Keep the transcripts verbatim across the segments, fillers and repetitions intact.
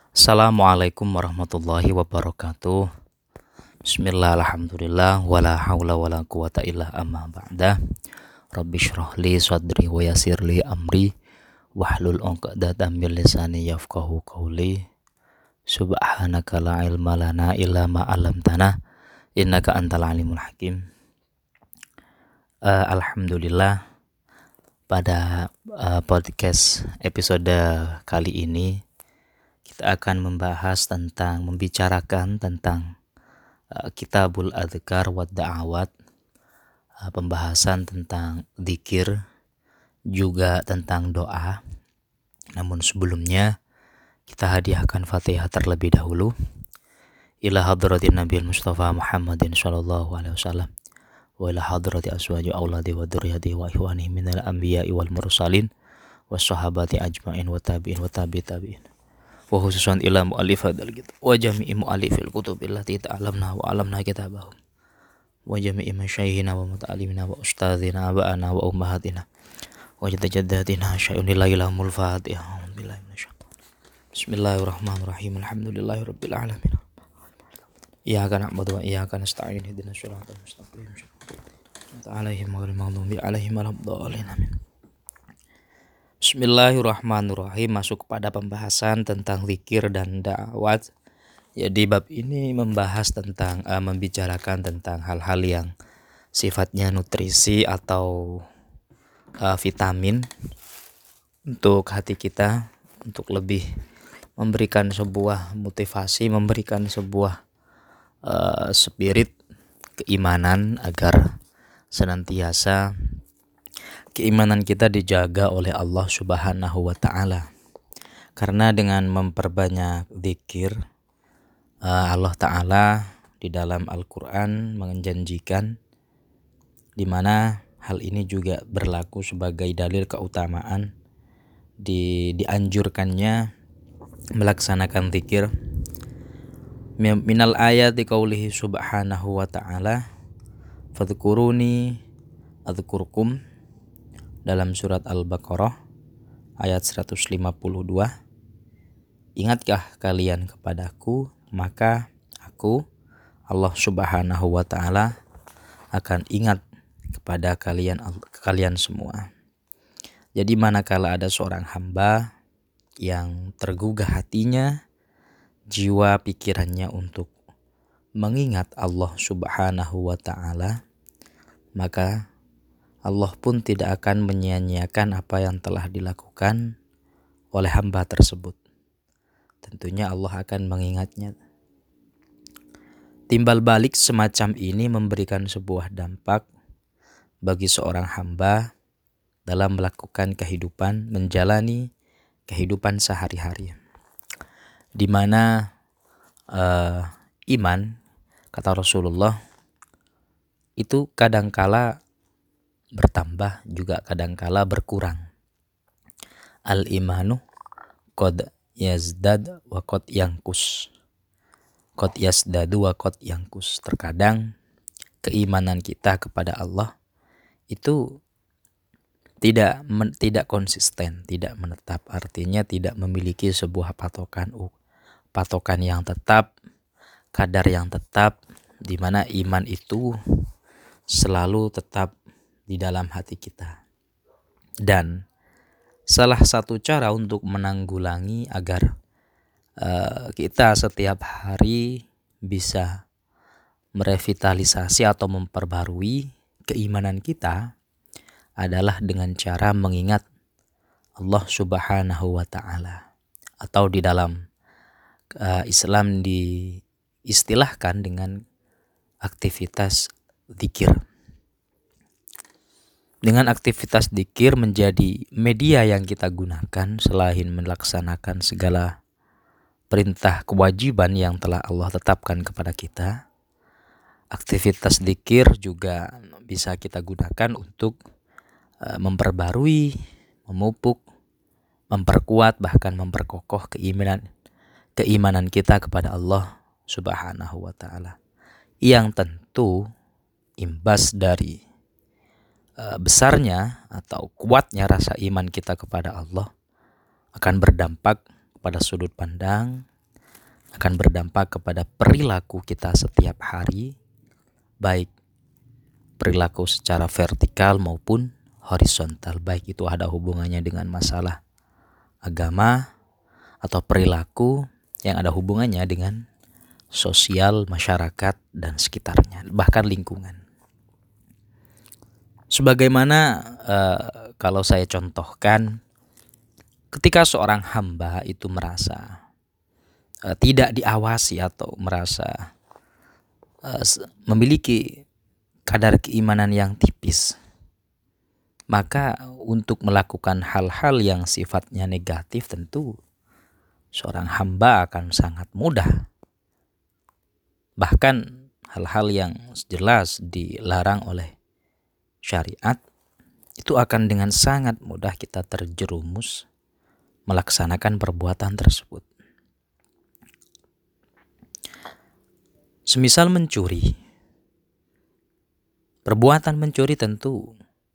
Assalamualaikum warahmatullahi wabarakatuh. Bismillah, alhamdulillah, wala hawla wala quwata illa amma ba'da. Rabbi shrah li sadri wa yassir li amri wahlul 'uqdatam min lisani yafqahu qawli. Subhanaka la ilma lana illa ma 'allamtana innaka antal alimul hakim. Uh, Alhamdulillah, pada uh, podcast episode kali ini kita akan membahas tentang membicarakan tentang uh, Kitabul Adzkar wa Da'awat, uh, pembahasan tentang zikir juga tentang doa. Namun sebelumnya kita hadiahkan Fatihah terlebih dahulu ila hadratin Nabil Mustafa Muhammadin sallallahu alaihi wasallam wa ila hadrati aswaji auladi wa dzurriyyati wa ikhwani minal anbiya'i wal mursalin was sahabati ajmain wa tabi'in wa tabi' tabi'in wa khususan ila mu'allif hadzal kitab wa jami'i mu'allifil kutub allati ta'alamna wa 'alamna kitabahum wa jami'i masyayikhina wa muta'allimina wa ustadzina aba'ana wa ummahatina wa jaddatina syai'un ilahil fatihah. Bismillahirrahmanirrahim. Alhamdulillahirabbil alamin. Iyyaka na'budu wa iyyaka nasta'in ihdinas siratal mustaqim. Alaihim ghairil maghdubi alaihim waladdallin. Amin. Bismillahirrahmanirrahim. Masuk kepada pembahasan tentang zikir dan dakwat. Jadi bab ini membahas tentang uh, membicarakan tentang hal-hal yang sifatnya nutrisi atau uh, vitamin untuk hati kita, untuk lebih memberikan sebuah motivasi, memberikan sebuah uh, spirit keimanan agar senantiasa keimanan kita dijaga oleh Allah Subhanahu wa taala. Karena dengan memperbanyak zikir, uh, Allah taala di dalam Al-Qur'an menjanjikan di mana hal ini juga berlaku sebagai dalil keutamaan di dianjurkannya melaksanakan zikir. Minal ayati qaulihi subhanahu wa ta'ala fadhkuruni adzkurkum, dalam surat Al-Baqarah ayat seratus lima puluh dua. Ingatkah kalian kepadaku, maka aku Allah Subhanahu wa taala akan ingat kepada kalian kalian semua. Jadi manakala ada seorang hamba yang tergugah hatinya, jiwa pikirannya untuk mengingat Allah Subhanahu wa taala, maka Allah pun tidak akan menyia-nyiakan apa yang telah dilakukan oleh hamba tersebut. Tentunya Allah akan mengingatnya. Timbal balik semacam ini memberikan sebuah dampak bagi seorang hamba dalam melakukan kehidupan, menjalani kehidupan sehari-hari, di mana uh, iman, kata Rasulullah, itu kadangkala bertambah juga kadangkala berkurang. Al-imanu qad yazdad wa qad yanqus. Qad yazdadu wa qad yanqus. Terkadang keimanan kita kepada Allah itu tidak men, tidak konsisten, tidak menetap. Artinya tidak memiliki sebuah patokan patokan yang tetap, kadar yang tetap, di mana iman itu selalu tetap di dalam hati kita. Dan salah satu cara untuk menanggulangi agar uh, kita setiap hari bisa merevitalisasi atau memperbarui keimanan kita adalah dengan cara mengingat Allah Subhanahu wa taala, atau di dalam uh, Islam diistilahkan dengan aktivitas zikir. Dengan aktivitas zikir menjadi media yang kita gunakan selain melaksanakan segala perintah kewajiban yang telah Allah tetapkan kepada kita. Aktivitas zikir juga bisa kita gunakan untuk uh, memperbarui, memupuk, memperkuat, bahkan memperkokoh keimanan keimanan kita kepada Allah Subhanahu wa taala. Yang tentu imbas dari uh, besarnya atau kuatnya rasa iman kita kepada Allah akan berdampak pada sudut pandang, akan berdampak kepada perilaku kita setiap hari, baik perilaku secara vertikal maupun horizontal, baik itu ada hubungannya dengan masalah agama atau perilaku yang ada hubungannya dengan sosial, masyarakat, dan sekitarnya, bahkan lingkungan. Sebagaimana uh, kalau saya contohkan, ketika seorang hamba itu merasa uh, tidak diawasi atau merasa uh, memiliki kadar keimanan yang tipis, maka untuk melakukan hal-hal yang sifatnya negatif tentu seorang hamba akan sangat mudah. Bahkan hal-hal yang jelas dilarang oleh syariat itu akan dengan sangat mudah kita terjerumus melaksanakan perbuatan tersebut. Semisal mencuri, perbuatan mencuri tentu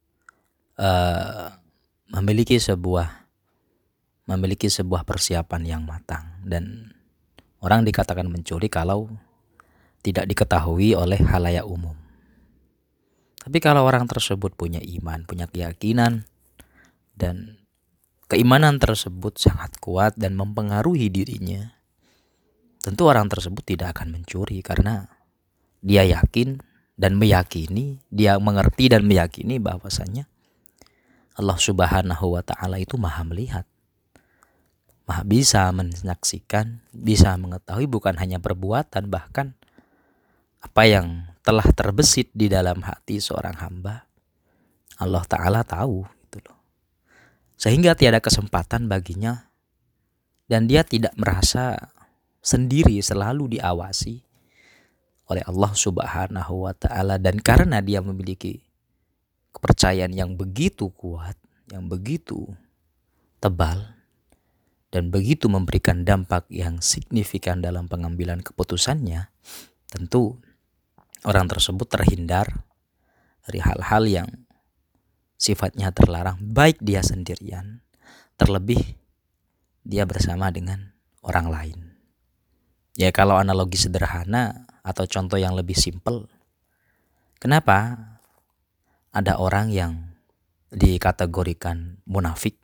uh, memiliki sebuah memiliki sebuah persiapan yang matang, dan orang dikatakan mencuri kalau tidak diketahui oleh khalayak umum. Tapi kalau orang tersebut punya iman, punya keyakinan, dan keimanan tersebut sangat kuat dan mempengaruhi dirinya, tentu orang tersebut tidak akan mencuri karena dia yakin dan meyakini, dia mengerti dan meyakini bahwasanya Allah Subhanahu wa Ta'ala itu Maha melihat, Maha bisa menyaksikan, bisa mengetahui bukan hanya perbuatan, bahkan apa yang telah terbesit di dalam hati seorang hamba, Allah Ta'ala tahu gitu loh. Sehingga tiada kesempatan baginya dan dia tidak merasa sendiri, selalu diawasi oleh Allah Subhanahu wa Ta'ala. Dan karena dia memiliki kepercayaan yang begitu kuat, yang begitu tebal, dan begitu memberikan dampak yang signifikan dalam pengambilan keputusannya, tentu orang tersebut terhindar dari hal-hal yang sifatnya terlarang, baik dia sendirian, terlebih dia bersama dengan orang lain. Ya kalau analogi sederhana atau contoh yang lebih simpel, kenapa ada orang yang dikategorikan munafik,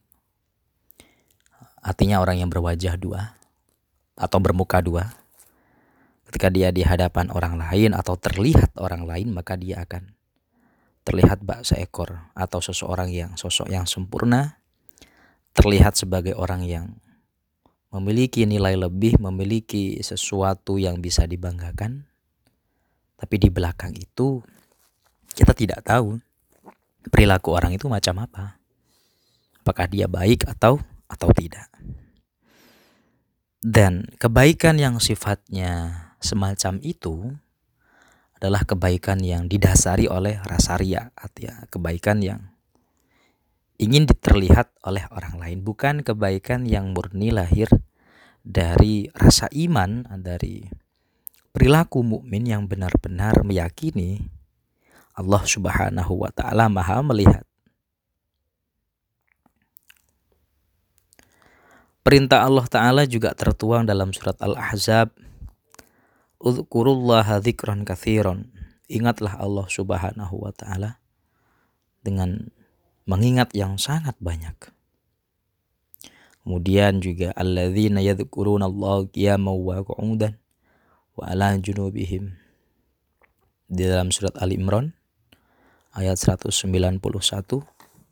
artinya orang yang berwajah dua atau bermuka dua. Ketika dia di hadapan orang lain atau terlihat orang lain, maka dia akan terlihat bak seekor atau seseorang yang sosok yang sempurna, terlihat sebagai orang yang memiliki nilai lebih, memiliki sesuatu yang bisa dibanggakan. Tapi di belakang itu kita tidak tahu perilaku orang itu macam apa, apakah dia baik atau atau tidak. Dan kebaikan yang sifatnya semacam itu adalah kebaikan yang didasari oleh rasa riya, artinya kebaikan yang ingin terlihat oleh orang lain, bukan kebaikan yang murni lahir dari rasa iman, dari perilaku mukmin yang benar-benar meyakini Allah Subhanahu wa Ta'ala Maha melihat. Perintah Allah Ta'ala juga tertuang dalam surat Al-Ahzab, Udzkurullaha dzikran katsiran. Ingatlah Allah Subhanahu wa Ta'ala dengan mengingat yang sangat banyak. Kemudian juga alladzina yadhkurunallaha qiyaman wa qu'udan wa 'ala junubihim. Di dalam surat Ali Imran ayat seratus sembilan puluh satu,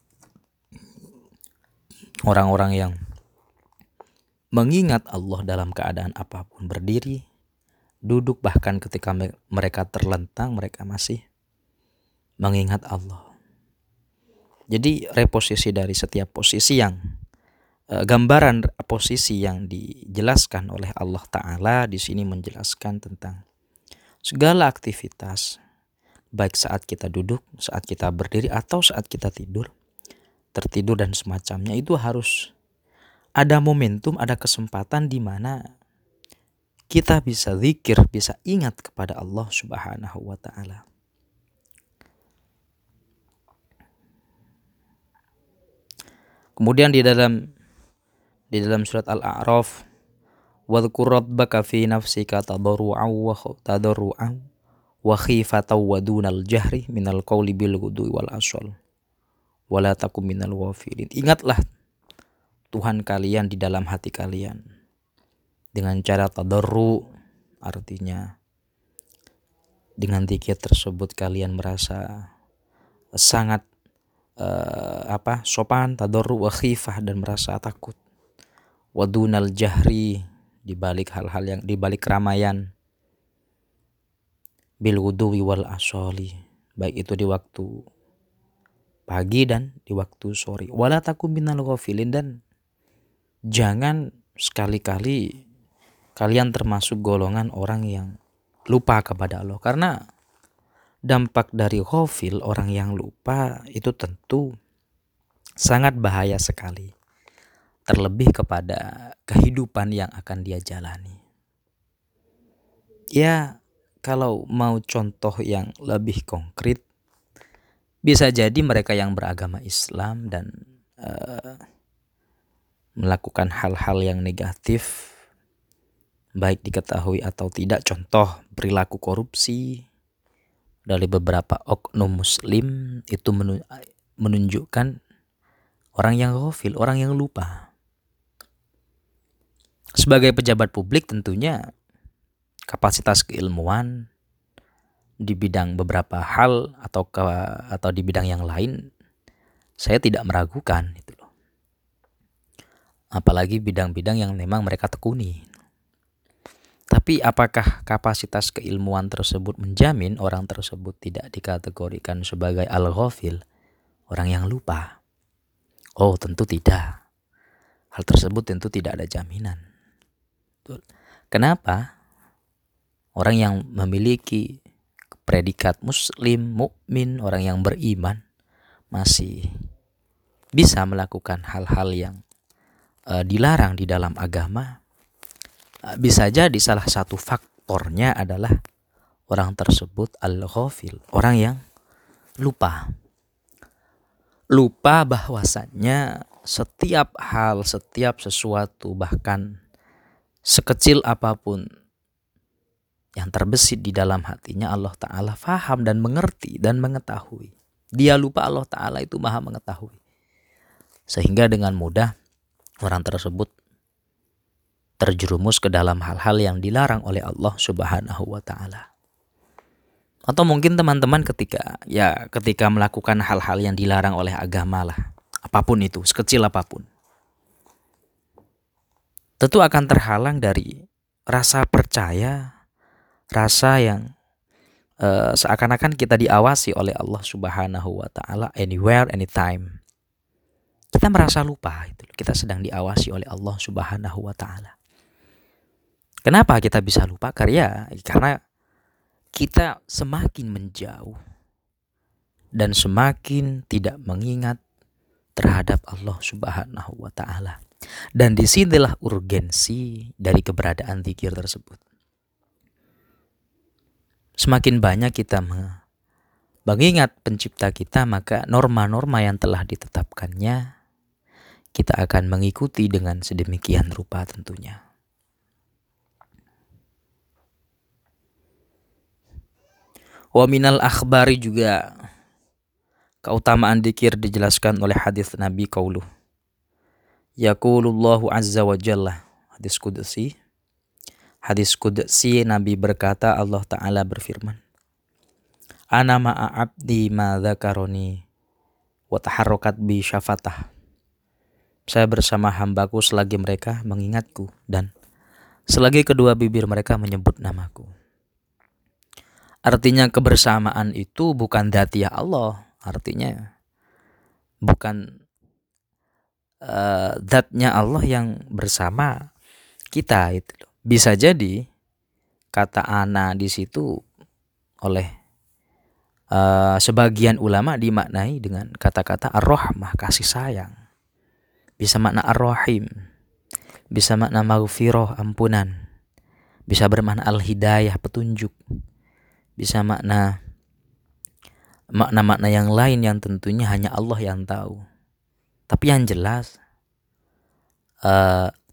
orang-orang yang mengingat Allah dalam keadaan apapun, berdiri, duduk, bahkan ketika mereka terlentang, mereka masih mengingat Allah. Jadi reposisi dari setiap posisi yang e, gambaran posisi yang dijelaskan oleh Allah Ta'ala di sini menjelaskan tentang segala aktivitas, baik saat kita duduk, saat kita berdiri, atau saat kita tidur, tertidur dan semacamnya, itu harus ada momentum, ada kesempatan di mana kita bisa zikir, bisa ingat kepada Allah Subhanahu wa Ta'ala. Kemudian di dalam di dalam surat Al-A'raf, Wadhkur rabbaka fi nafsika tadarru'an wa tadarru'an wa khifatan wa dunal jahri minal qawli bil ghudwi wal asal wala takum minal ghafilin. Ingatlah Tuhan kalian di dalam hati kalian dengan cara tadarru, artinya dengan zikir tersebut kalian merasa sangat uh, apa sopan, tadarru wa khifah, dan merasa takut. Wadunal jahri, di balik hal-hal yang di balik keramaian, bil ghudwi wal asali, baik itu di waktu pagi dan di waktu sore. Wala takum minal ghafilin, dan jangan sekali-kali kalian termasuk golongan orang yang lupa kepada Allah. Karena dampak dari ghafil, orang yang lupa, itu tentu sangat bahaya sekali, terlebih kepada kehidupan yang akan dia jalani. Ya, kalau mau contoh yang lebih konkret, bisa jadi mereka yang beragama Islam dan uh, melakukan hal-hal yang negatif, baik diketahui atau tidak, contoh perilaku korupsi dari beberapa oknum muslim, itu menunjukkan orang yang ghafil, orang yang lupa. Sebagai pejabat publik tentunya kapasitas keilmuan di bidang beberapa hal atau ke, atau di bidang yang lain saya tidak meragukan itu loh. Apalagi bidang-bidang yang memang mereka tekuni. Tapi apakah kapasitas keilmuan tersebut menjamin orang tersebut tidak dikategorikan sebagai al-ghafil, orang yang lupa? Oh, tentu tidak. Hal tersebut tentu tidak ada jaminan. Kenapa? Orang yang memiliki predikat muslim, mukmin, orang yang beriman, masih bisa melakukan hal-hal yang uh, dilarang di dalam agama. Uh, bisa jadi salah satu faktornya adalah orang tersebut al-ghafil, orang yang lupa. Lupa bahwasannya setiap hal, setiap sesuatu, bahkan sekecil apapun yang terbesit di dalam hatinya, Allah Ta'ala faham dan mengerti dan mengetahui. Dia lupa, Allah Ta'ala itu maha mengetahui. Sehingga dengan mudah orang tersebut terjerumus ke dalam hal-hal yang dilarang oleh Allah Subhanahu wa Ta'ala. Atau mungkin teman-teman ketika ya ketika melakukan hal-hal yang dilarang oleh agama lah, apapun itu, sekecil apapun, tentu akan terhalang dari rasa percaya, rasa yang uh, seakan-akan kita diawasi oleh Allah Subhanahu wa Ta'ala anywhere, anytime. Kita merasa lupa itu, kita sedang diawasi oleh Allah Subhanahu wa Ta'ala. Kenapa kita bisa lupa? Karena karena kita semakin menjauh dan semakin tidak mengingat terhadap Allah Subhanahu wa Ta'ala. Dan disinilah urgensi dari keberadaan zikir tersebut. Semakin banyak kita mengingat pencipta kita, maka norma-norma yang telah ditetapkannya kita akan mengikuti dengan sedemikian rupa tentunya. Wa minal akhbari, juga keutamaan zikir dijelaskan oleh hadis Nabi qauluh. Yaqulullahu azza wa jalla, hadis qudsi. Hadis qudsi Nabi berkata, Allah Ta'ala berfirman, Ana ma'a abdi ma dzakaroni wa taharrakat bi syafatah. Saya bersama hambaku selagi mereka mengingatku dan selagi kedua bibir mereka menyebut namaku. Artinya kebersamaan itu bukan dzatiyah Allah, artinya bukan uh, zatnya Allah yang bersama kita itu loh. Bisa jadi kata ana di situ oleh uh, sebagian ulama dimaknai dengan kata-kata ar-rahmah, kasih sayang. Bisa makna ar-rahim, bisa makna maghfirah, ampunan. Bisa bermakna al-hidayah, petunjuk. Bisa makna makna-makna yang lain yang tentunya hanya Allah yang tahu. Tapi yang jelas uh,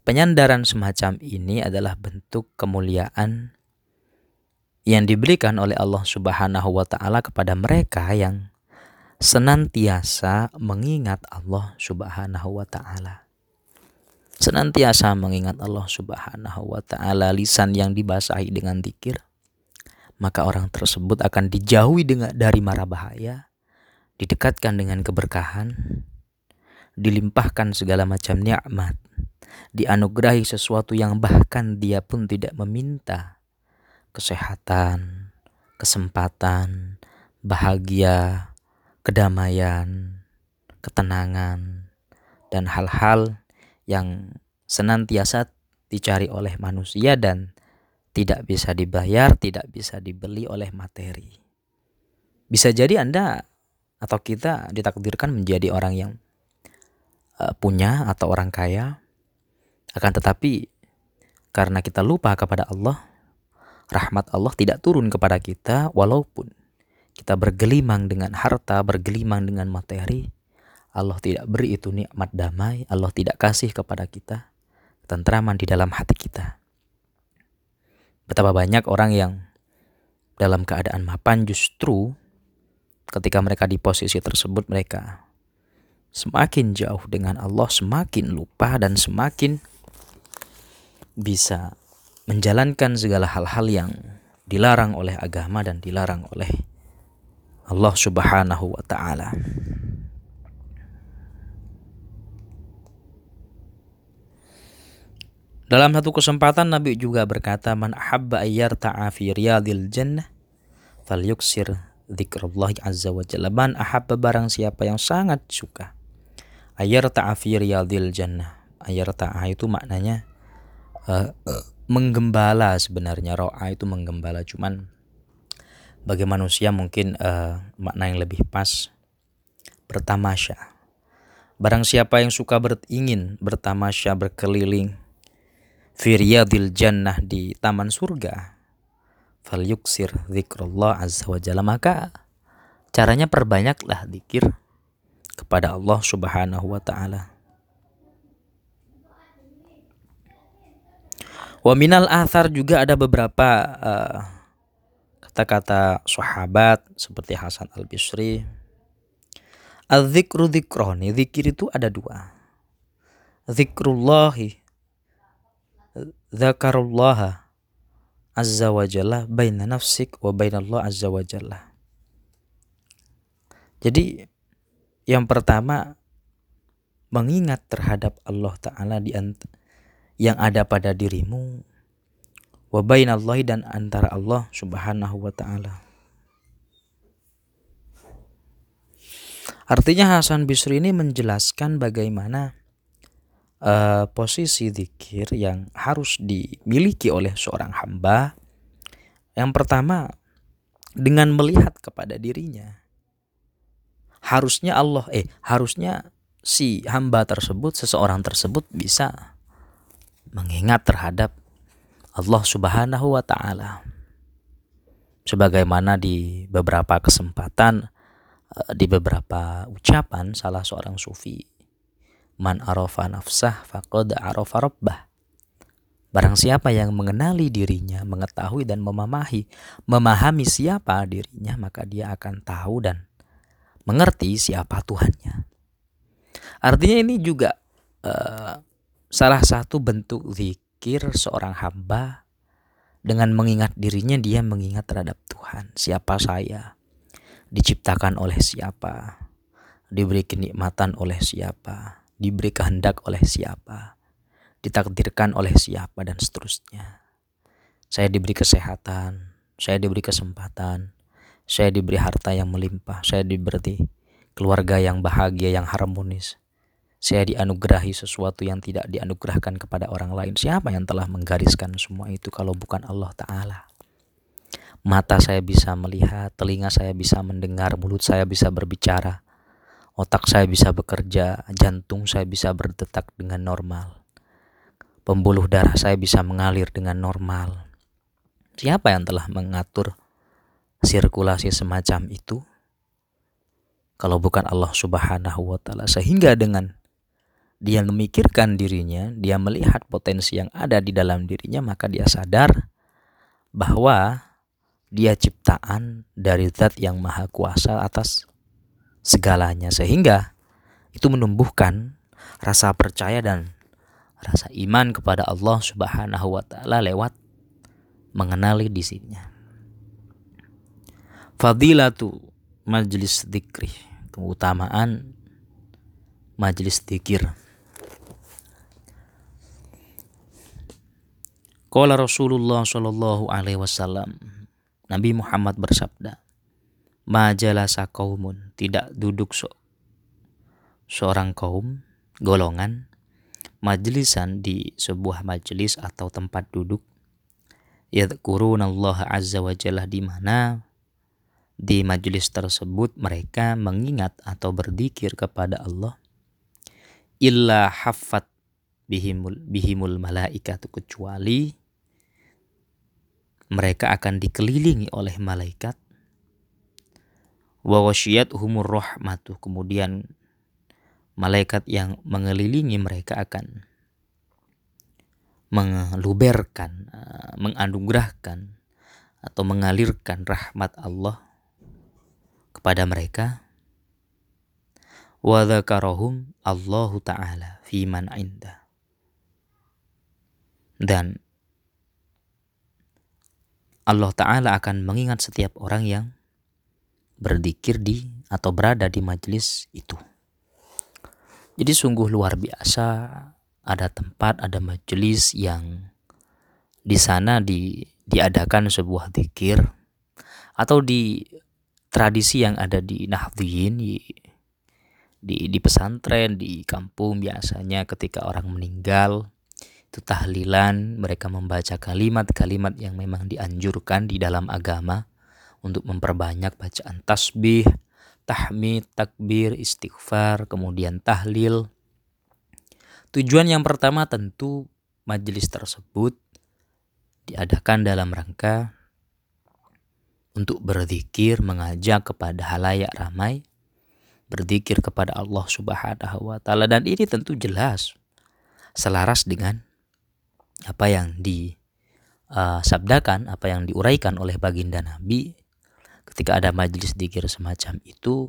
penyandaran semacam ini adalah bentuk kemuliaan yang diberikan oleh Allah Subhanahu wa taala kepada mereka yang senantiasa mengingat Allah Subhanahu wa taala. Senantiasa mengingat Allah Subhanahu wa taala, lisan yang dibasahi dengan zikir, maka orang tersebut akan dijauhi dengan dari mara bahaya, didekatkan dengan keberkahan, dilimpahkan segala macam nikmat, dianugerahi sesuatu yang bahkan dia pun tidak meminta, kesehatan, kesempatan, bahagia, kedamaian, ketenangan, dan hal-hal yang senantiasa dicari oleh manusia dan tidak bisa dibayar, tidak bisa dibeli oleh materi. Bisa jadi Anda atau kita ditakdirkan menjadi orang yang uh, punya atau orang kaya, akan tetapi karena kita lupa kepada Allah, rahmat Allah tidak turun kepada kita walaupun kita bergelimang dengan harta, bergelimang dengan materi. Allah tidak beri itu nikmat damai, Allah tidak kasih kepada kita ketentraman di dalam hati kita. Betapa banyak orang yang dalam keadaan mapan justru ketika mereka di posisi tersebut mereka semakin jauh dengan Allah, semakin lupa dan semakin bisa menjalankan segala hal-hal yang dilarang oleh agama dan dilarang oleh Allah Subhanahu wa taala. Dalam satu kesempatan Nabi juga berkata, man ahabba ayyarta'a fi riyadil jannah falyuksir dzikrullah azza wa jalla. Man ahabba, barang siapa yang sangat suka, ayyarta'a fi riyadil jannah. Ayyarta'a itu maknanya uh, uh, menggembala sebenarnya. Ro'a itu menggembala, cuman bagi manusia mungkin uh, makna yang lebih pas bertamasya. Barang siapa yang suka ber, ingin bertamasya, berkeliling fi riyadil jannah, di taman surga, falyuksir dzikrullah azza wa jalla, maka caranya perbanyaklah zikir kepada Allah Subhanahu wa taala. Wa minal athar, juga ada beberapa uh, kata-kata sahabat seperti Hasan al-Bisri. Az-zikru dzikroni, zikir itu ada dua. Zikrullahi, dzakarullaha azza wa jalla baina nafsik wa bainallah azza wa jalla. Jadi yang pertama, mengingat terhadap Allah Ta'ala di ant- yang ada pada dirimu, wa bainallahi, dan antara Allah Subhanahu wa Ta'ala. Artinya Hasan Bisri ini menjelaskan bagaimana uh, posisi zikir yang harus dimiliki oleh seorang hamba. Yang pertama, dengan melihat kepada dirinya. Harusnya Allah eh harusnya si hamba tersebut, seseorang tersebut bisa mengingat terhadap Allah Subhanahu wa Ta'ala. Sebagaimana di beberapa kesempatan, di beberapa ucapan salah seorang sufi, man arafa nafsah faqad arafa rabbah. Barang siapa yang mengenali dirinya, mengetahui dan memahami memahami siapa dirinya, maka dia akan tahu dan mengerti siapa Tuhannya. Artinya ini juga uh, salah satu bentuk zikir seorang hamba. Dengan mengingat dirinya, dia mengingat terhadap Tuhan. Siapa saya? Diciptakan oleh siapa? Diberi kenikmatan oleh siapa? Diberi kehendak oleh siapa? Ditakdirkan oleh siapa, dan seterusnya. Saya diberi kesehatan, saya diberi kesempatan, saya diberi harta yang melimpah, saya diberi keluarga yang bahagia, yang harmonis. Saya dianugerahi sesuatu yang tidak dianugerahkan kepada orang lain. Siapa yang telah menggariskan semua itu kalau bukan Allah Ta'ala? Mata saya bisa melihat, telinga saya bisa mendengar, mulut saya bisa berbicara, otak saya bisa bekerja, jantung saya bisa berdetak dengan normal, pembuluh darah saya bisa mengalir dengan normal. Siapa yang telah mengatur sirkulasi semacam itu kalau bukan Allah Subhanahu wa Ta'ala? Sehingga dengan dia memikirkan dirinya, dia melihat potensi yang ada di dalam dirinya, maka dia sadar bahwa dia ciptaan dari Zat yang Maha Kuasa atas segalanya, sehingga itu menumbuhkan rasa percaya dan rasa iman kepada Allah Subhanahu wa taala lewat mengenali dirinya. Fadilatu majlis dzikri, keutamaan majlis dzikir. Qala Rasulullah sallallahu alaihi wasallam, Nabi Muhammad bersabda, majalasa qaumun, tidak duduk so, seorang kaum, golongan, majlisan di sebuah majelis atau tempat duduk, yadhkurunallaha azza wa jalla, di mana di majelis tersebut mereka mengingat atau berzikir kepada Allah, illa haffat bihimul bihimul malaikatu, kecuali mereka akan dikelilingi oleh malaikat, wa wasyiyatuhumur rahmatu, kemudian malaikat yang mengelilingi mereka akan mengeluberkan, menganugerahkan atau mengalirkan rahmat Allah kepada mereka. Wa dzakarahum Allahu ta'ala fi man inda, dan Allah Ta'ala akan mengingat setiap orang yang berzikir di atau berada di majelis itu. Jadi sungguh luar biasa, ada tempat, ada majelis yang di sana di, diadakan sebuah zikir, atau di tradisi yang ada di Nahdliyin, di, di, di pesantren, di kampung, biasanya ketika orang meninggal itu tahlilan, mereka membaca kalimat-kalimat yang memang dianjurkan di dalam agama untuk memperbanyak bacaan tasbih, tahmid, takbir, istighfar, kemudian tahlil. Tujuan yang pertama tentu majelis tersebut diadakan dalam rangka untuk berzikir, mengajak kepada halayak ramai, berzikir kepada Allah Subhanahu wa taala, dan ini tentu jelas selaras dengan apa yang disabdakan, uh, apa yang diuraikan oleh baginda Nabi ketika ada majelis zikir semacam itu,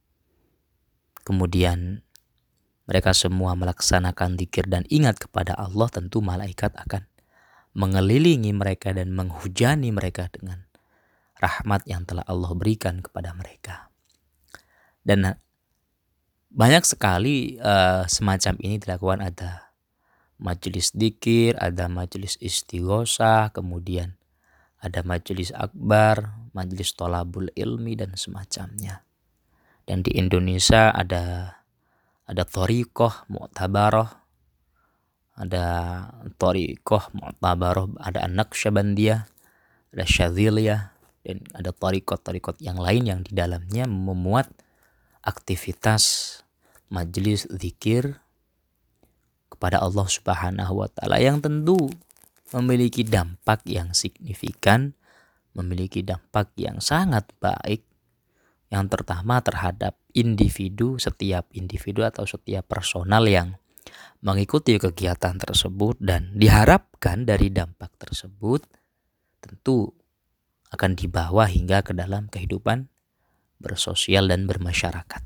kemudian mereka semua melaksanakan zikir dan ingat kepada Allah, tentu malaikat akan mengelilingi mereka dan menghujani mereka dengan rahmat yang telah Allah berikan kepada mereka. Dan banyak sekali uh, semacam ini dilakukan, ada majelis dzikir, ada majelis istighosah, kemudian ada majelis akbar, majelis thalabul ilmi, dan semacamnya. Dan di Indonesia ada ada thariqah mu'tabarah, ada thariqah mu'tabarah, ada an-naqsyabandiyah, ada syadziliyah, dan ada thariqat-thariqat yang lain yang di dalamnya memuat aktivitas majelis zikir kepada Allah Subhanahu wa taala, yang tentu memiliki dampak yang signifikan, memiliki dampak yang sangat baik. Yang pertama terhadap individu, setiap individu atau setiap personal yang mengikuti kegiatan tersebut, dan diharapkan dari dampak tersebut tentu akan dibawa hingga ke dalam kehidupan bersosial dan bermasyarakat.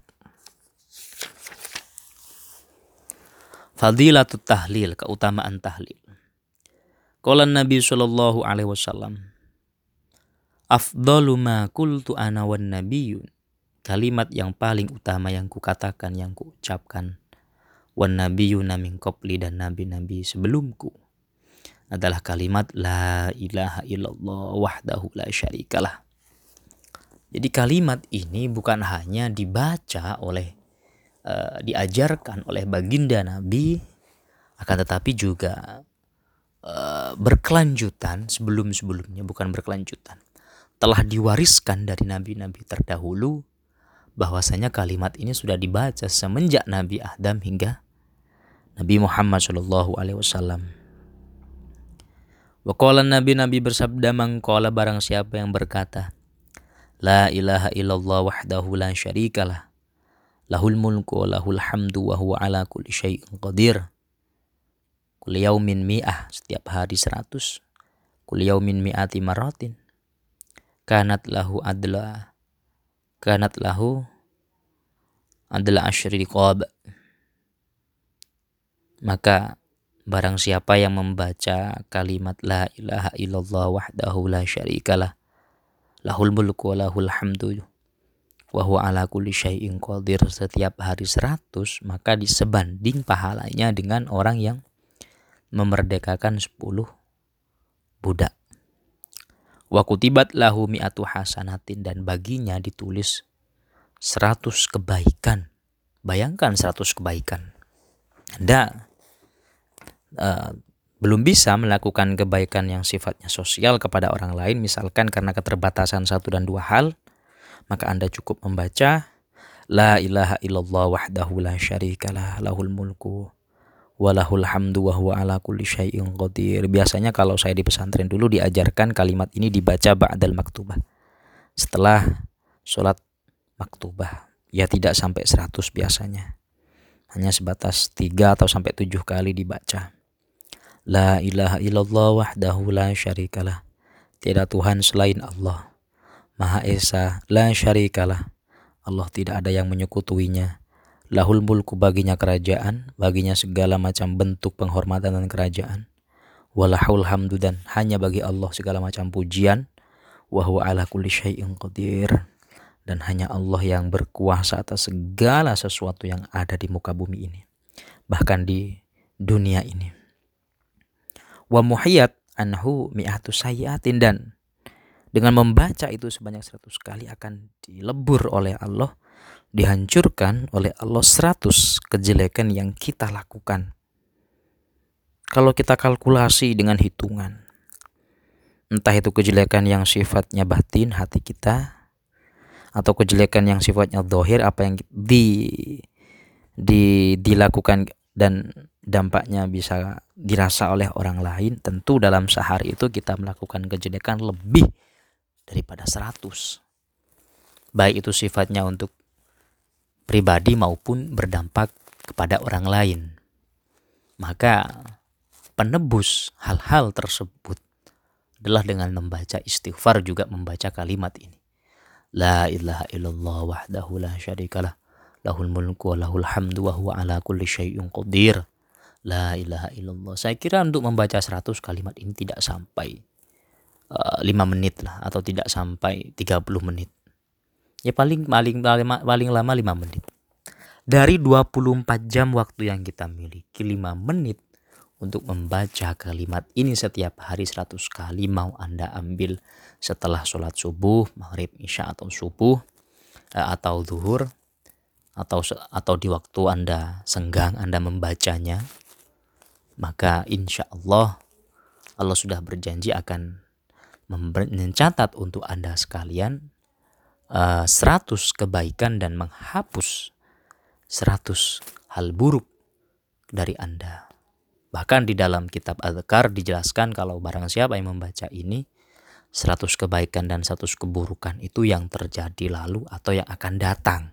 Fadilatut tahlil, keutamaan tahlil. Qala Nabi sallallahu alaihi wasallam, afdalu ma qultu ana wan nabiyyun, kalimat yang paling utama yang kukatakan, yang kuucapkan, wan nabiyyuna min qabli, dan nabi-nabi sebelumku, adalah kalimat la ilaha illallah wahdahu la syarikalah. Jadi kalimat ini bukan hanya dibaca oleh Uh, diajarkan oleh baginda Nabi, akan tetapi juga uh, berkelanjutan sebelum-sebelumnya, bukan berkelanjutan, telah diwariskan dari nabi-nabi terdahulu, bahwasanya kalimat ini sudah dibaca semenjak Nabi Adam hingga Nabi Muhammad shallallahu alaihi wasallam. Wa qala Nabi, Nabi bersabda, man qala, barang siapa yang berkata la ilaha illallah wahdahu la syarikalah, Lahul mulku wa lahul hamdu wa huwa ala kulli syai'in qadir. Kul yaumin mi'ah, setiap hari seratus. Kul yaumin mi'ati maratin. Kanat lahu adla. Kanat lahu adla asyri riqab. Maka barang siapa yang membaca kalimat la ilaha illallah wahdahu la syarikalah, lahul mulku wa lahul hamdu wa huwa ala kulli syai'in qadir setiap hari seratus, maka disebanding pahalanya dengan orang yang memerdekakan sepuluh budak. Wa kutibat lahu mi'atu hasanatin, dan baginya ditulis seratus kebaikan. Bayangkan seratus kebaikan. Anda uh, belum bisa melakukan kebaikan yang sifatnya sosial kepada orang lain, misalkan karena keterbatasan satu dan dua hal, maka Anda cukup membaca la ilaha illallah wahdahu la syarikalah lahul mulku wa lahul hamdu wa huwa ala kulli syai'in qadir. Biasanya kalau saya di pesantren dulu diajarkan kalimat ini dibaca ba'dal maktubah, setelah sholat maktubah. Ya tidak sampai seratus biasanya, hanya sebatas tiga atau sampai tujuh kali dibaca. La ilaha illallah wahdahu la syarikalah, tiada Tuhan selain Allah, Maha Esa, la syarikalah, Allah tidak ada yang menyekutuinya. Lahul mulku, baginya kerajaan, baginya segala macam bentuk penghormatan dan kerajaan. Walahul hamdu, dan hanya bagi Allah segala macam pujian. Wa huwa ala kulli syai'in qadir, dan hanya Allah yang berkuasa atas segala sesuatu yang ada di muka bumi ini, bahkan di dunia ini. Wa muhiyat anhu mi'atu sayyatin, dan dengan membaca itu sebanyak seratus kali akan dilebur oleh Allah, dihancurkan oleh Allah seratus kejelekan yang kita lakukan. Kalau kita kalkulasi dengan hitungan, entah itu kejelekan yang sifatnya batin, hati kita, atau kejelekan yang sifatnya zahir, apa yang di, di dilakukan dan dampaknya bisa dirasa oleh orang lain, tentu dalam sehari itu kita melakukan kejelekan lebih daripada seratus. Baik itu sifatnya untuk pribadi maupun berdampak kepada orang lain. Maka penebus hal-hal tersebut adalah dengan membaca istighfar, juga membaca kalimat ini. La ilaha illallah wahdahu la syarikalah, lahul mulku wa lahul hamdu wa huwa ala kulli syai'in qadir. La ilaha illallah. Saya kira untuk membaca seratus kalimat ini tidak sampai uh, lima menit lah, atau tidak sampai tiga puluh menit. Ya paling paling paling, paling lama lima menit. Dari dua puluh empat jam waktu yang kita miliki, lima menit untuk membaca kalimat ini setiap hari seratus kali, mau Anda ambil setelah sholat subuh, maghrib, isya atau subuh, eh, atau zuhur, atau atau di waktu Anda senggang Anda membacanya, maka insya Allah Allah sudah berjanji akan mencatat untuk Anda sekalian uh, seratus kebaikan dan menghapus seratus hal buruk dari Anda. Bahkan di dalam kitab Al-Dzkar dijelaskan kalau barang siapa yang membaca ini, seratus kebaikan dan seratus keburukan itu yang terjadi lalu atau yang akan datang.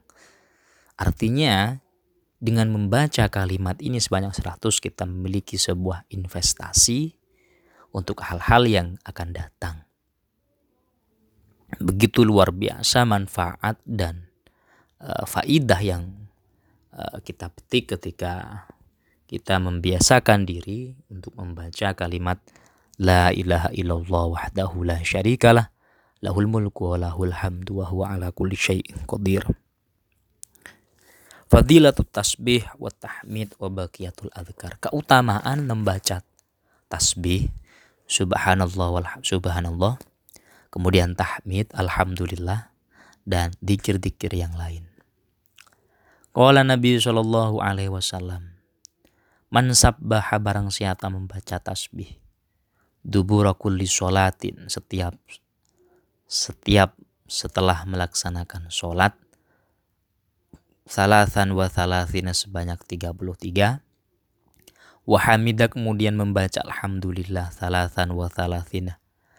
Artinya dengan membaca kalimat ini sebanyak seratus, kita memiliki sebuah investasi untuk hal-hal yang akan datang. Begitu luar biasa manfaat dan uh, faidah yang uh, kita petik ketika kita membiasakan diri untuk membaca kalimat la ilaha illallah wahdahu la syarikalah, lahul mulku wa lahul hamdu wa huwa ala kulli syai'in qadir. Fadilatut tasbih wa tahmid wa baqiyatul adzkar. Keutamaan membaca tasbih subhanallah wal subhanallah, kemudian tahmid alhamdulillah, dan dzikir-dzikir yang lain. Qala Nabi sallallahu alaihi wasallam, man sabbaha, barang siapa membaca tasbih, dubura kulli sholatin, setiap setiap setelah melaksanakan sholat, salasan wa salathina, sebanyak tiga puluh tiga, wa hamida, kemudian membaca alhamdulillah salasan wa salathina,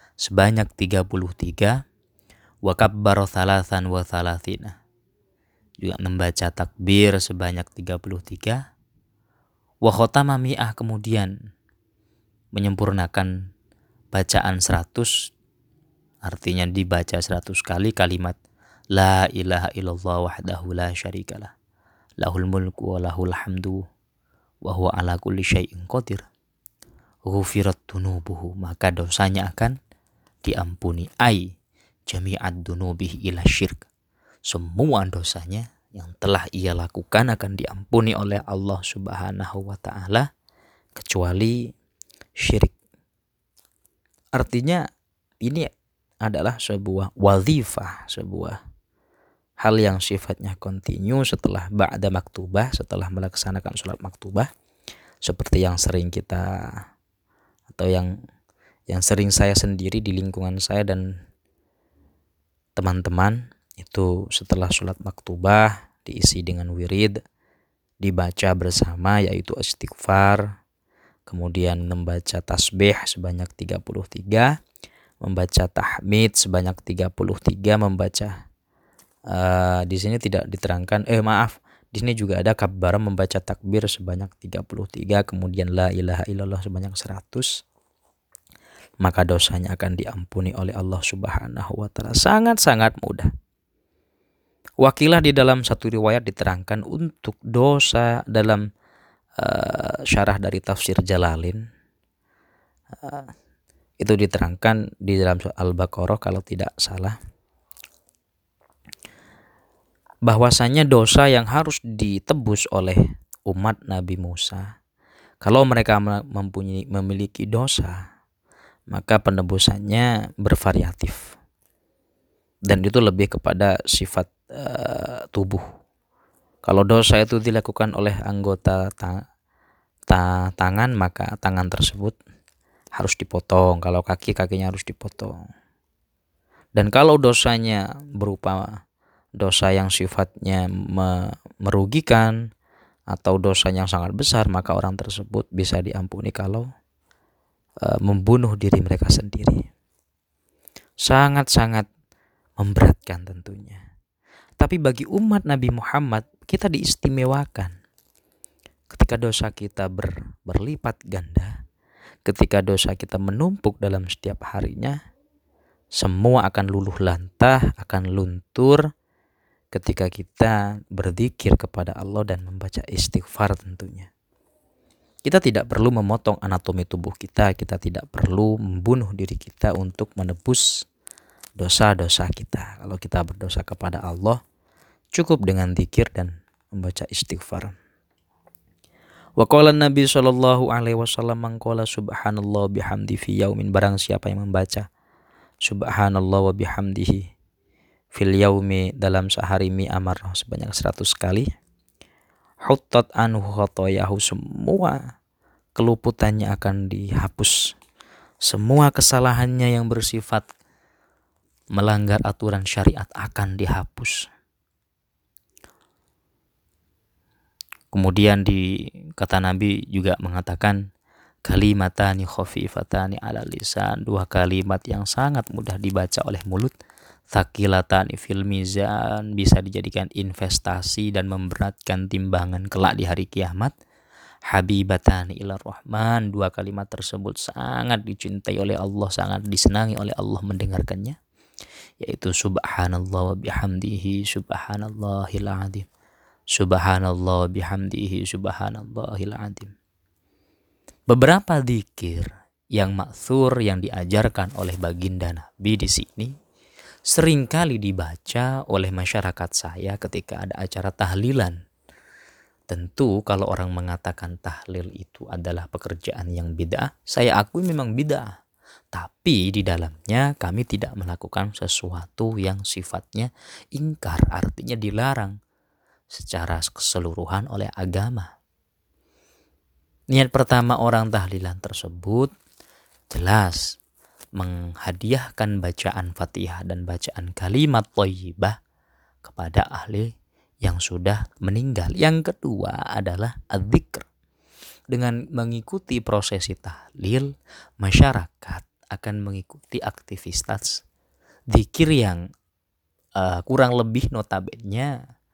sebanyak tiga puluh tiga, wa kabbara salasan wa salathina, juga membaca takbir sebanyak tiga puluh tiga. Wa khotama mi'ah, kemudian menyempurnakan bacaan seratus, artinya dibaca seratus kali kalimat La ilaha illallah wahdahu la syarikalah, lahul mulku wa lahul hamdu wa huwa ala kulli syai'in qadir. Ghufirat dunubuhu, maka dosanya akan diampuni. Ai jami'ad dunubihi ila syirk, semua dosanya yang telah ia lakukan akan diampuni oleh Allah Subhanahu wa ta'ala kecuali syirik. Artinya ini adalah sebuah wazifah, sebuah hal yang sifatnya kontinu setelah ba'da maktubah, setelah melaksanakan sholat maktubah, seperti yang sering kita atau yang yang sering saya sendiri di lingkungan saya dan teman-teman itu setelah sholat maktubah diisi dengan wirid, dibaca bersama yaitu istighfar, kemudian membaca tasbih sebanyak tiga puluh tiga, membaca tahmid sebanyak tiga puluh tiga, membaca Uh, di sini tidak diterangkan, eh maaf, di sini juga ada kabar membaca takbir sebanyak tiga puluh tiga, kemudian la ilaha illallah sebanyak seratus, maka dosanya akan diampuni oleh Allah Subhanahu wa ta'ala. Sangat-sangat mudah. Wakilah di dalam satu riwayat diterangkan untuk dosa dalam uh, syarah dari tafsir Jalalain, uh, itu diterangkan di dalam Al-Baqarah kalau tidak salah, bahwasanya dosa yang harus ditebus oleh umat Nabi Musa, kalau mereka mempunyai memiliki dosa, maka penebusannya bervariatif dan itu lebih kepada sifat uh, tubuh. Kalau dosa itu dilakukan oleh anggota ta- ta- tangan, maka tangan tersebut harus dipotong. Kalau kaki, kakinya harus dipotong. Dan kalau dosanya berupa dosa yang sifatnya me- merugikan atau dosa yang sangat besar, maka orang tersebut bisa diampuni kalau e, membunuh diri mereka sendiri. Sangat-sangat memberatkan tentunya. Tapi bagi umat Nabi Muhammad, kita diistimewakan. Ketika dosa kita ber, berlipat ganda, ketika dosa kita menumpuk dalam setiap harinya, semua akan luluh lantah, akan luntur ketika kita berzikir kepada Allah dan membaca istighfar tentunya. Kita tidak perlu memotong anatomi tubuh kita, kita tidak perlu membunuh diri kita untuk menebus dosa-dosa kita. Kalau kita berdosa kepada Allah, cukup dengan zikir dan membaca istighfar. Wa qala Nabi sallallahu alaihi wasallam, man qala subhanallah bihamdi fi yaumin, barang siapa yang membaca subhanallah wa bihamdihi fil yaumi, dalam sehari, mi amarah sebanyak seratus kali, huttat anhu khotoyahu, semua keluputannya akan dihapus, semua kesalahannya yang bersifat melanggar aturan syariat akan dihapus. Kemudian di kata Nabi juga mengatakan kalimatani khafifatani ala lisan, dua kalimat yang sangat mudah dibaca oleh mulut, thaqilatani fil mizan, bisa dijadikan investasi dan memberatkan timbangan kelak di hari kiamat, habibatani ilar rahman, dua kalimat tersebut sangat dicintai oleh Allah, sangat disenangi oleh Allah mendengarkannya, yaitu subhanallah wa bihamdihi subhanallahil azim, subhanallah wa bihamdihi subhanallahil azim. Beberapa zikir yang ma'thur yang diajarkan oleh baginda Nabi di sini seringkali dibaca oleh masyarakat saya ketika ada acara tahlilan. Tentu kalau orang mengatakan tahlil itu adalah pekerjaan yang bid'ah, saya akui memang bid'ah. Tapi di dalamnya kami tidak melakukan sesuatu yang sifatnya ingkar, artinya dilarang secara keseluruhan oleh agama. Niat pertama orang tahlilan tersebut jelas menghadiahkan bacaan Fatihah dan bacaan kalimat thayyibah kepada ahli yang sudah meninggal. Yang kedua adalah adzikr. Dengan mengikuti prosesi tahlil, masyarakat akan mengikuti aktivitas zikir yang uh, kurang lebih notabene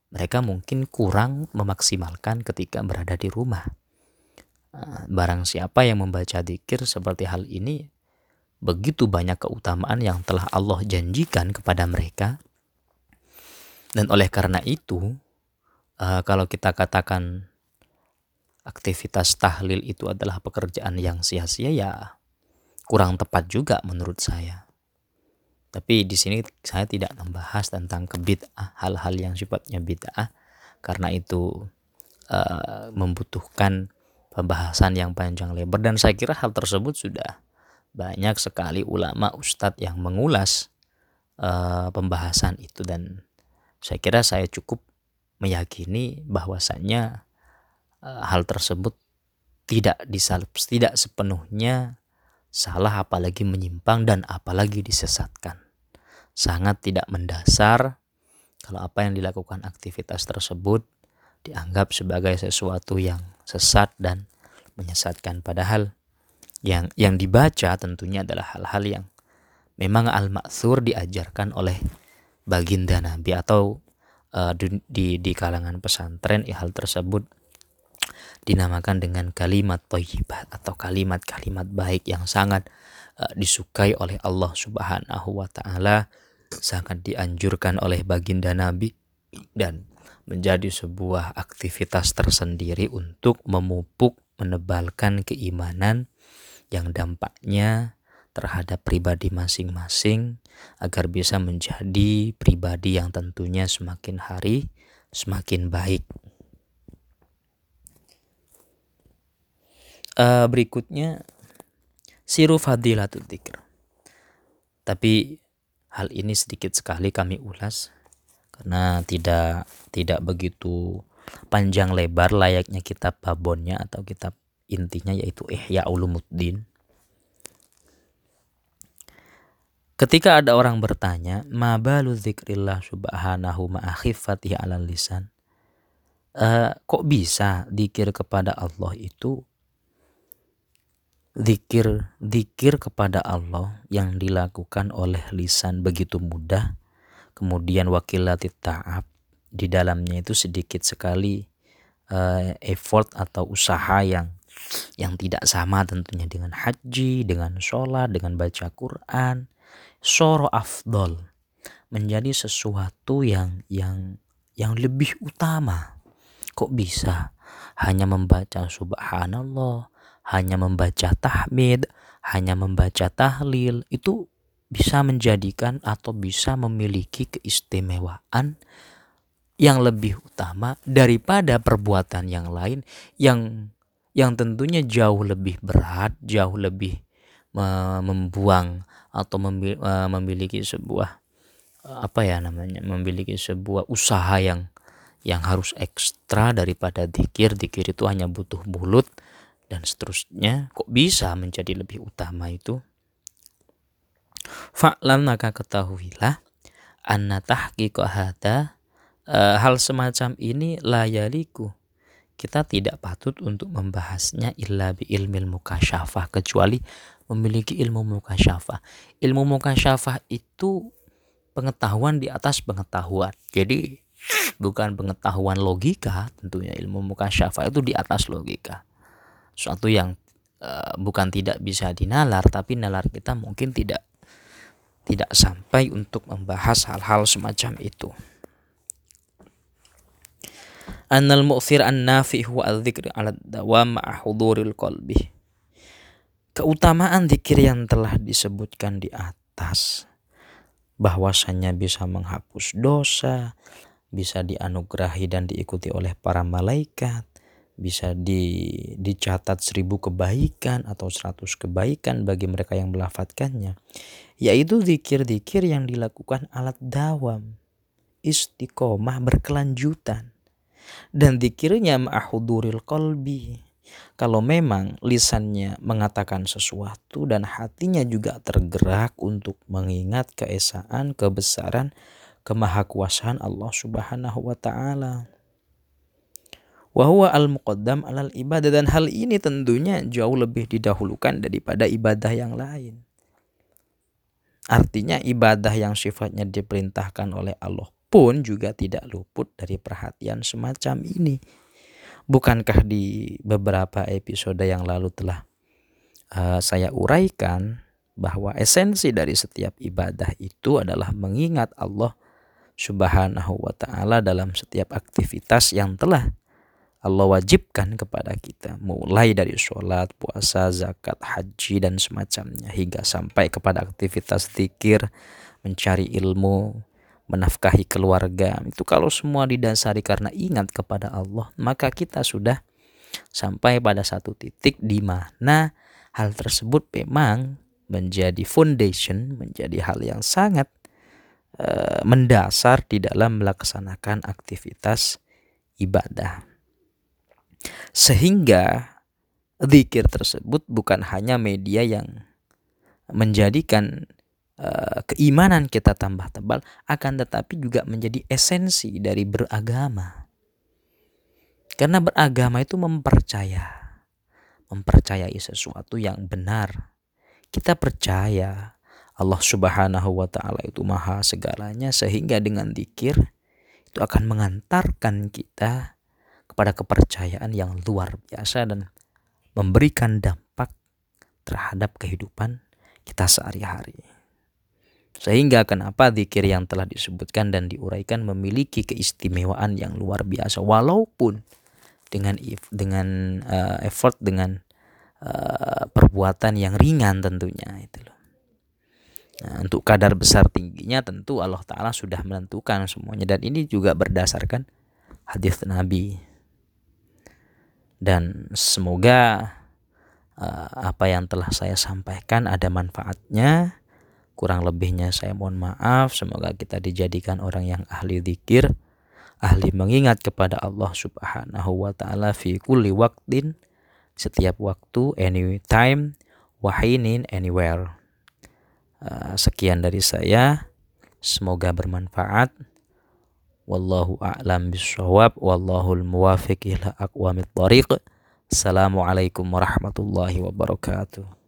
mereka mungkin kurang memaksimalkan ketika berada di rumah. Barang siapa yang membaca dzikir seperti hal ini, begitu banyak keutamaan yang telah Allah janjikan kepada mereka. Dan oleh karena itu, uh, kalau kita katakan aktivitas tahlil itu adalah pekerjaan yang sia-sia, ya kurang tepat juga menurut saya. Tapi di sini saya tidak membahas tentang kebid'ah, hal-hal yang sifatnya bid'ah, karena itu uh, membutuhkan pembahasan yang panjang lebar, dan saya kira hal tersebut sudah banyak sekali ulama ustadz yang mengulas uh, pembahasan itu, dan saya kira saya cukup meyakini bahwasannya uh, hal tersebut tidak disalib, tidak sepenuhnya salah, apalagi menyimpang dan apalagi disesatkan. Sangat tidak mendasar kalau apa yang dilakukan aktivitas tersebut dianggap sebagai sesuatu yang sesat dan menyesatkan, padahal yang yang dibaca tentunya adalah hal-hal yang memang al-ma'thur diajarkan oleh baginda Nabi atau uh, di, di di kalangan pesantren. Hal tersebut dinamakan dengan kalimat thayyibat atau kalimat-kalimat baik yang sangat uh, disukai oleh Allah Subhanahu wa taala, sangat dianjurkan oleh baginda Nabi, dan menjadi sebuah aktivitas tersendiri untuk memupuk, menebalkan keimanan yang dampaknya terhadap pribadi masing-masing agar bisa menjadi pribadi yang tentunya semakin hari semakin baik. Uh, berikutnya siru fadilatul dzikr. Tapi hal ini sedikit sekali kami ulas karena tidak tidak begitu panjang lebar layaknya kitab babonnya atau kitab intinya, yaitu Ihya Ulumuddin. Ketika ada orang bertanya, ma balu dzikrillah subhanahu ma'a khiffatihi 'alal lisan, uh, kok bisa zikir kepada Allah itu zikir zikir kepada Allah yang dilakukan oleh lisan begitu mudah, kemudian wakilatit ta'ab, di dalamnya itu sedikit sekali uh, effort atau usaha yang yang tidak sama tentunya dengan haji, dengan sholat, dengan baca Quran, soro afdol, menjadi sesuatu yang yang yang lebih utama. Kok bisa hanya membaca subhanallah, hanya membaca tahmid, hanya membaca tahlil itu bisa menjadikan atau bisa memiliki keistimewaan yang lebih utama daripada perbuatan yang lain yang yang tentunya jauh lebih berat, jauh lebih membuang atau memiliki sebuah apa ya namanya, memiliki sebuah usaha yang yang harus ekstra daripada zikir. Zikir itu hanya butuh mulut dan seterusnya. Kok bisa menjadi lebih utama itu? Fa'lam, maka ketahuilah, anna tahqiqa hadza, uh, hal semacam ini layaliku, kita tidak patut untuk membahasnya illa bi ilmil mukasyafah, kecuali memiliki ilmu mukasyafah. Ilmu mukasyafah itu pengetahuan di atas pengetahuan. Jadi bukan pengetahuan logika, tentunya ilmu mukasyafah itu di atas logika. Suatu yang uh, bukan tidak bisa dinalar, tapi nalar kita mungkin tidak tidak sampai untuk membahas hal-hal semacam itu. Annal mu'thir an-nafi' huwa al-dzikr 'ala dawam ma'a huduril qalbi. Keutamaan zikir yang telah disebutkan di atas, bahwasanya bisa menghapus dosa, bisa dianugerahi dan diikuti oleh para malaikat, bisa di, dicatat seribu kebaikan atau seratus kebaikan bagi mereka yang melafadzkannya, yaitu zikir-zikir yang dilakukan alat dawam, istiqomah, berkelanjutan. Dan zikirnya ma'huduril qalbi, kalau memang lisannya mengatakan sesuatu dan hatinya juga tergerak untuk mengingat keesaan, kebesaran, kemahakuasaan Allah Subhanahu wa taala. Wa huwa al-muqaddam 'alal ibadah, dan hal ini tentunya jauh lebih didahulukan daripada ibadah yang lain. Artinya ibadah yang sifatnya diperintahkan oleh Allah pun juga tidak luput dari perhatian semacam ini. Bukankah di beberapa episode yang lalu telah uh, saya uraikan bahwa esensi dari setiap ibadah itu adalah mengingat Allah Subhanahu wa ta'ala dalam setiap aktivitas yang telah Allah wajibkan kepada kita, mulai dari sholat, puasa, zakat, haji, dan semacamnya, hingga sampai kepada aktivitas zikir, mencari ilmu, menafkahi keluarga. Itu kalau semua didasari karena ingat kepada Allah, maka kita sudah sampai pada satu titik di mana hal tersebut memang menjadi foundation, menjadi hal yang sangat uh, mendasar di dalam melaksanakan aktivitas ibadah. Sehingga zikir tersebut bukan hanya media yang menjadikan uh, keimanan kita tambah tebal, akan tetapi juga menjadi esensi dari beragama. Karena beragama itu mempercaya, mempercayai sesuatu yang benar. Kita percaya Allah Subhanahu wa ta'ala itu maha segalanya, sehingga dengan zikir itu akan mengantarkan kita pada kepercayaan yang luar biasa dan memberikan dampak terhadap kehidupan kita sehari-hari. Sehingga kenapa zikir yang telah disebutkan dan diuraikan memiliki keistimewaan yang luar biasa, walaupun dengan dengan uh, effort, dengan uh, perbuatan yang ringan tentunya itu loh. Nah, untuk kadar besar tingginya tentu Allah Ta'ala sudah menentukan semuanya, dan ini juga berdasarkan hadis Nabi. Dan semoga uh, apa yang telah saya sampaikan ada manfaatnya. Kurang lebihnya saya mohon maaf. Semoga kita dijadikan orang yang ahli zikir, ahli mengingat kepada Allah Subhanahu wa ta'ala fi kulli waqtin, setiap waktu, anytime, wahinin, anywhere. Uh, sekian dari saya, semoga bermanfaat. Wallahu a'lam bishawab, wallahul muwafiq ila aqwamit thariq. Assalamualaikum warahmatullahi wabarakatuh.